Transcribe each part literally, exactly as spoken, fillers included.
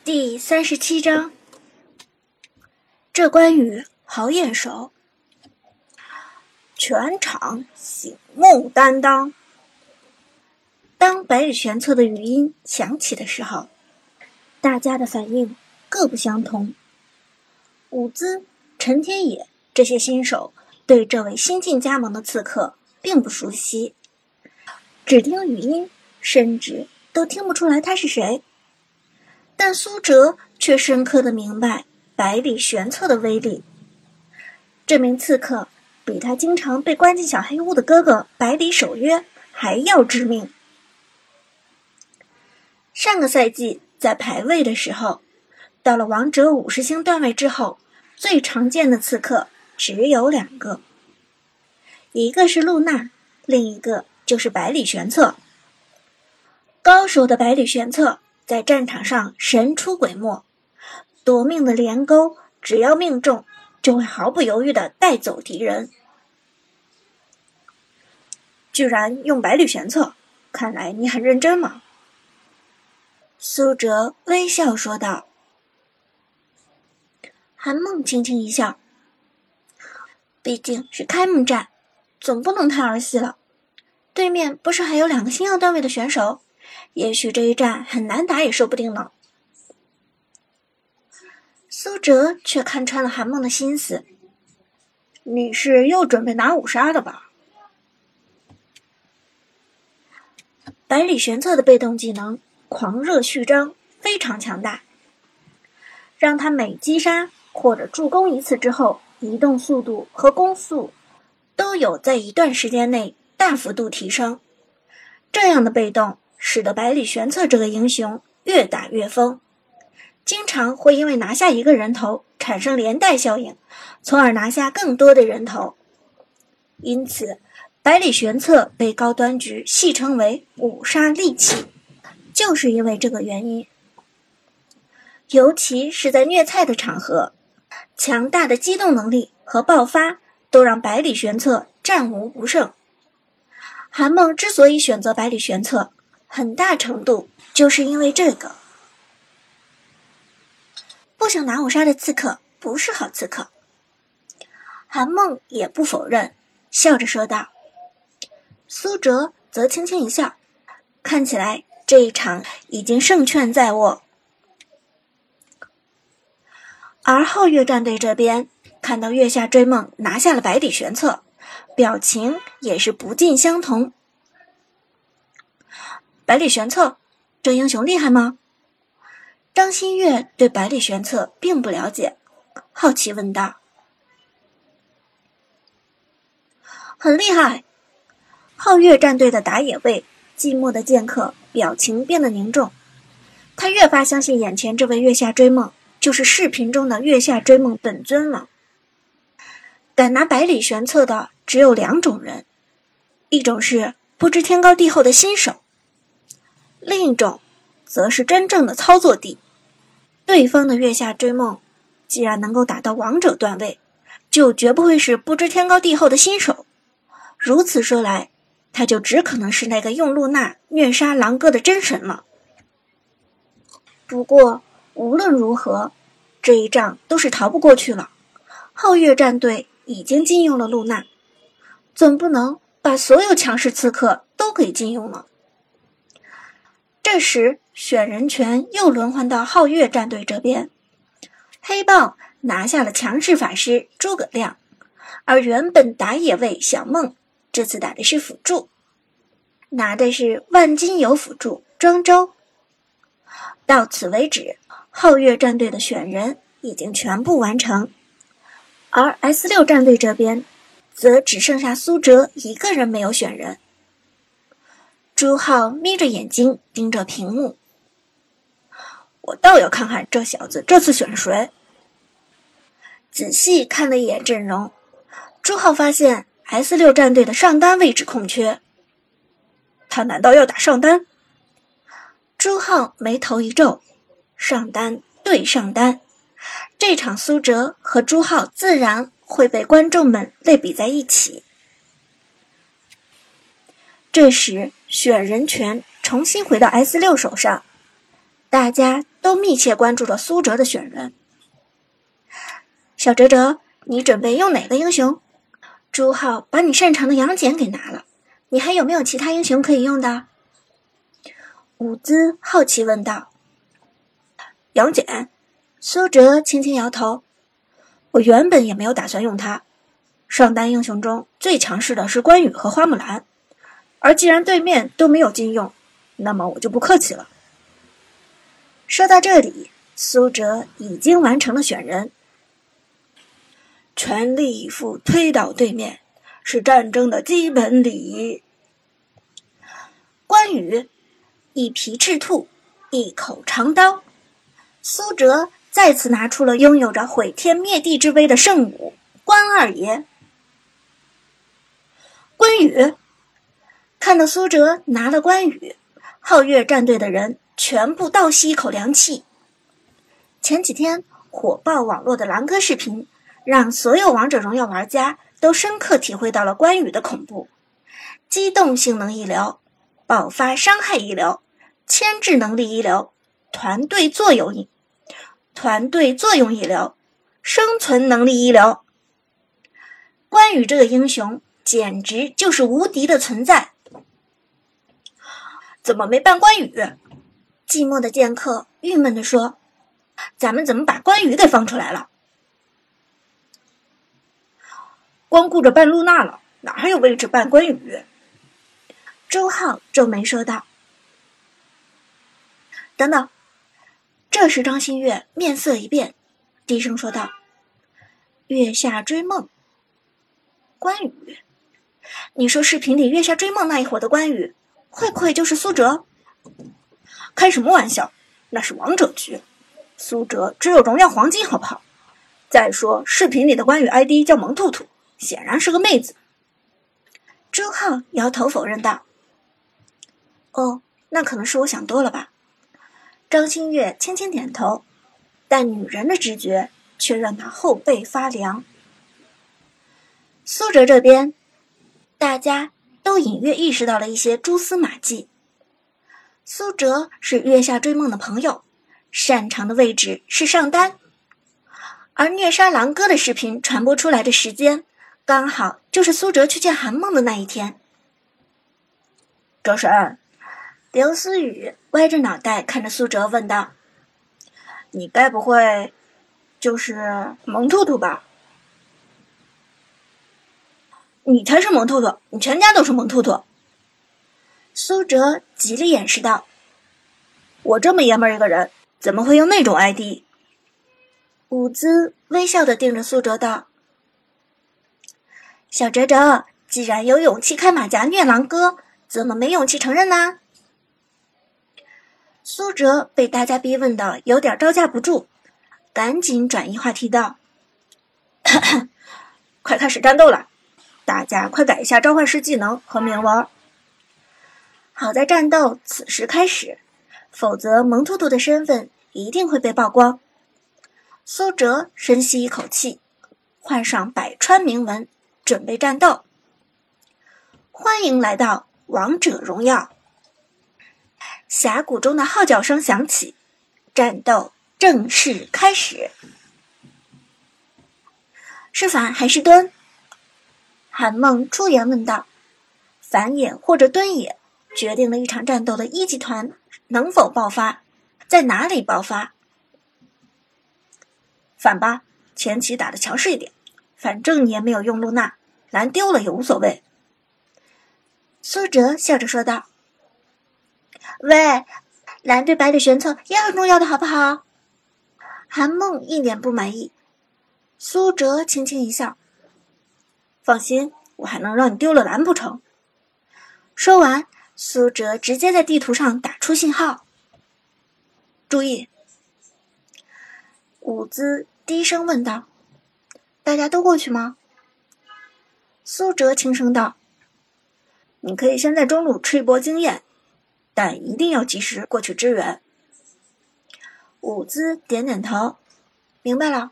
第三十七章，这关羽好眼熟。全场醒目担当。当百里玄策的语音响起的时候，大家的反应各不相同。伍兹、陈天野这些新手对这位新晋加盟的刺客并不熟悉，只听语音甚至都听不出来他是谁。但苏哲却深刻地明白百里玄策的威力。这名刺客比他经常被关进小黑屋的哥哥百里守约还要致命。上个赛季在排位的时候，到了王者五十星段位之后，最常见的刺客只有两个，一个是露娜，另一个就是百里玄策。高手的百里玄策在战场上神出鬼没，夺命的连钩只要命中就会毫不犹豫地带走敌人。居然用百里玄策，看来你很认真嘛。苏哲微笑说道。韩梦轻轻一笑，毕竟是开幕战，总不能太儿戏了。对面不是还有两个星耀段位的选手，也许这一战很难打也说不定呢。苏哲却看穿了韩梦的心思，你是又准备拿五杀的吧？百里玄策的被动技能狂热序章非常强大，让他每击杀或者助攻一次之后，移动速度和攻速都有在一段时间内大幅度提升。这样的被动使得百里玄策这个英雄越打越疯，经常会因为拿下一个人头产生连带效应，从而拿下更多的人头。因此百里玄策被高端局戏称为五杀利器，就是因为这个原因。尤其是在虐菜的场合，强大的机动能力和爆发都让百里玄策战无不胜。韩梦之所以选择百里玄策，很大程度就是因为这个。不想拿五杀的刺客不是好刺客。韩梦也不否认，笑着说道。苏哲则轻轻一笑，看起来这一场已经胜券在握。而皓月战队这边看到月下追梦拿下了百里玄策，表情也是不尽相同。百里玄策这英雄厉害吗？张馨月对百里玄策并不了解，好奇问道。很厉害。皓月战队的打野位寂寞的剑客表情变得凝重，他越发相信眼前这位月下追梦就是视频中的月下追梦本尊了。敢拿百里玄策的只有两种人，一种是不知天高地厚的新手，另一种则是真正的操作帝。对方的月下追梦既然能够打到王者段位，就绝不会是不知天高地厚的新手。如此说来，他就只可能是那个用露娜虐杀狼哥的真神了。不过无论如何，这一仗都是逃不过去了。皓月战队已经禁用了露娜，总不能把所有强势刺客都给禁用了。这时选人权又轮换到皓月战队这边，黑豹拿下了强势法师诸葛亮，而原本打野位小梦这次打的是辅助，拿的是万金油辅助庄周。到此为止，皓月战队的选人已经全部完成，而 S 六 战队这边则只剩下苏哲一个人没有选人。朱浩眯着眼睛盯着屏幕，我倒要看看这小子这次选谁。仔细看了一眼阵容，朱浩发现 S 六 战队的上单位置空缺，他难道要打上单？朱浩眉头一皱，上单对上单，这场苏哲和朱浩自然会被观众们类比在一起。这时选人权重新回到 S 六 手上， 大家都密切关注着苏哲的选人。小哲哲，你准备用哪个英雄？朱浩把你擅长的杨戬给拿了，你还有没有其他英雄可以用的？伍兹好奇问道。杨戬？苏哲轻轻摇头，我原本也没有打算用他。上单英雄中最强势的是关羽和花木兰，而既然对面都没有禁用，那么我就不客气了。说到这里，苏哲已经完成了选人。全力以赴推倒对面，是战争的基本礼仪。关羽一匹赤兔，一口长刀。苏哲再次拿出了拥有着毁天灭地之威的圣武关二爷。关羽看到苏哲拿了关羽，皓月战队的人全部倒吸一口凉气。前几天火爆网络的狼哥视频，让所有王者荣耀玩家都深刻体会到了关羽的恐怖。机动性能一流，爆发伤害一流，牵制能力一流，团队作用团队作用一流，生存能力一流。关羽这个英雄简直就是无敌的存在。怎么没办关羽？寂寞的剑客郁闷地说，咱们怎么把关羽给放出来了？光顾着办露娜了，哪还有位置办关羽？周浩皱眉说道。等等，这时张馨月面色一变，低声说道，月下追梦。关羽？你说视频里月下追梦那一伙的关羽，会不会就是苏哲？开什么玩笑，那是王者局，苏哲只有荣耀黄金好不好？再说视频里的关羽 I D 叫萌兔兔，显然是个妹子。周浩摇头否认道。哦，那可能是我想多了吧。张馨月轻轻点头，但女人的直觉却让她后背发凉。苏哲这边，大家都隐约意识到了一些蛛丝马迹。苏哲是月下追梦的朋友，擅长的位置是上单，而虐杀狼哥的视频传播出来的时间，刚好就是苏哲去见韩梦的那一天。周神，刘思雨歪着脑袋看着苏哲问道，你该不会就是萌兔兔吧？你才是萌兔兔，你全家都是萌兔兔。苏哲极力掩饰道，我这么爷们儿一个人，怎么会用那种 I D？ 伍兹微笑地盯着苏哲道，小哲哲，既然有勇气开马甲虐狼哥，怎么没勇气承认呢？苏哲被大家逼问到有点招架不住，赶紧转移话题道，快开始战斗了，大家快改一下召唤师技能和铭文。好在战斗此时开始，否则萌兔兔的身份一定会被曝光。苏哲深吸一口气，换上百川铭文，准备战斗。欢迎来到王者荣耀。峡谷中的号角声响起，战斗正式开始。是反还是蹲？韩梦出言问道。反野或者蹲野，决定了一场战斗的一级团能否爆发，在哪里爆发。反吧，前期打得强势一点，反正你也没有用露娜，蓝丢了也无所谓。苏哲笑着说道。喂，蓝对白的决策也很重要的好不好？韩梦一脸不满意。苏哲轻轻一笑，放心，我还能让你丢了蓝不成？说完，苏哲直接在地图上打出信号。注意！伍兹低声问道，大家都过去吗？苏哲轻声道，你可以先在中路吃一波经验，但一定要及时过去支援。伍兹点点头，明白了。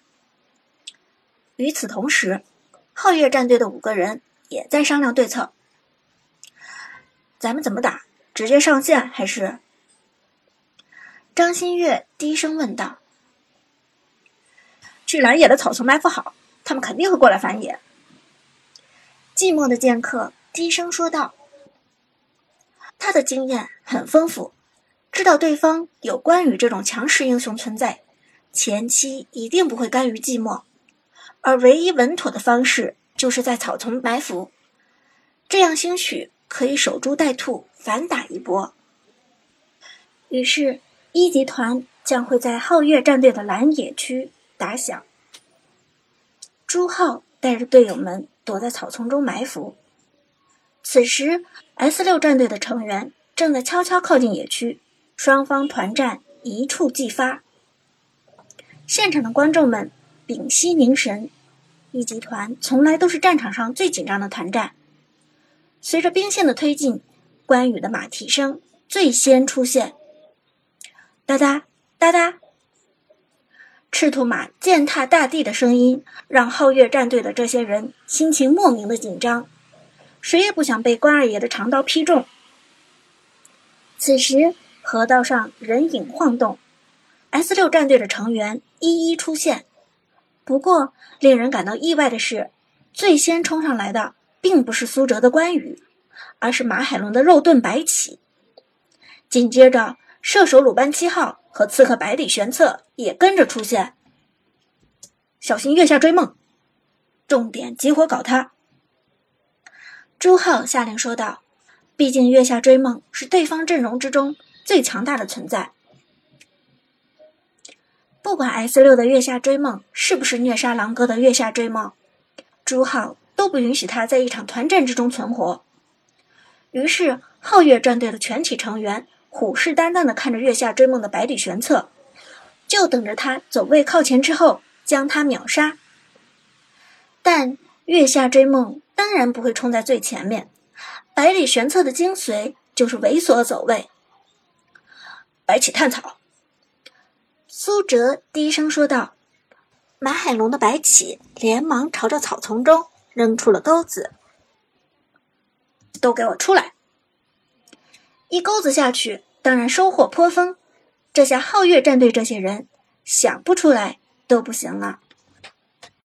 与此同时，皓月战队的五个人也在商量对策。咱们怎么打？直接上线还是？ 张馨月低声问道。去蓝野的草丛埋伏好，他们肯定会过来反野。寂寞的剑客低声说道。他的经验很丰富，知道对方有关羽这种强势英雄存在，前期一定不会甘于寂寞，而唯一稳妥的方式就是在草丛埋伏，这样兴许可以守株待兔，反打一波。于是一集团将会在皓月战队的蓝野区打响。朱浩带着队友们躲在草丛中埋伏，此时 S 六 战队的成员正在悄悄靠近野区，双方团战一触即发。现场的观众们屏息凝神，一集团从来都是战场上最紧张的团战。随着兵线的推进，关羽的马蹄声最先出现，哒哒哒哒，赤兔马践踏大地的声音让皓月战队的这些人心情莫名的紧张，谁也不想被关二爷的长刀劈中。此时河道上人影晃动， S 六 战队的成员一一出现。不过令人感到意外的是，最先冲上来的并不是苏哲的关羽，而是马海龙的肉盾白起。紧接着射手鲁班七号和刺客百里玄策也跟着出现。小心月下追梦，重点集火搞他。朱浩下令说道，毕竟月下追梦是对方阵容之中最强大的存在。不管 S 六 的月下追梦是不是虐杀狼哥的月下追梦，朱浩都不允许他在一场团战之中存活。于是皓月战队的全体成员虎视眈眈地看着月下追梦的百里玄策，就等着他走位靠前之后将他秒杀。但月下追梦当然不会冲在最前面，百里玄策的精髓就是猥琐走位。白起探草，苏哲低声说道。马海龙的白起连忙朝着草丛中扔出了钩子。都给我出来！一钩子下去，当然收获颇丰。这下皓月战队这些人想不出来都不行了。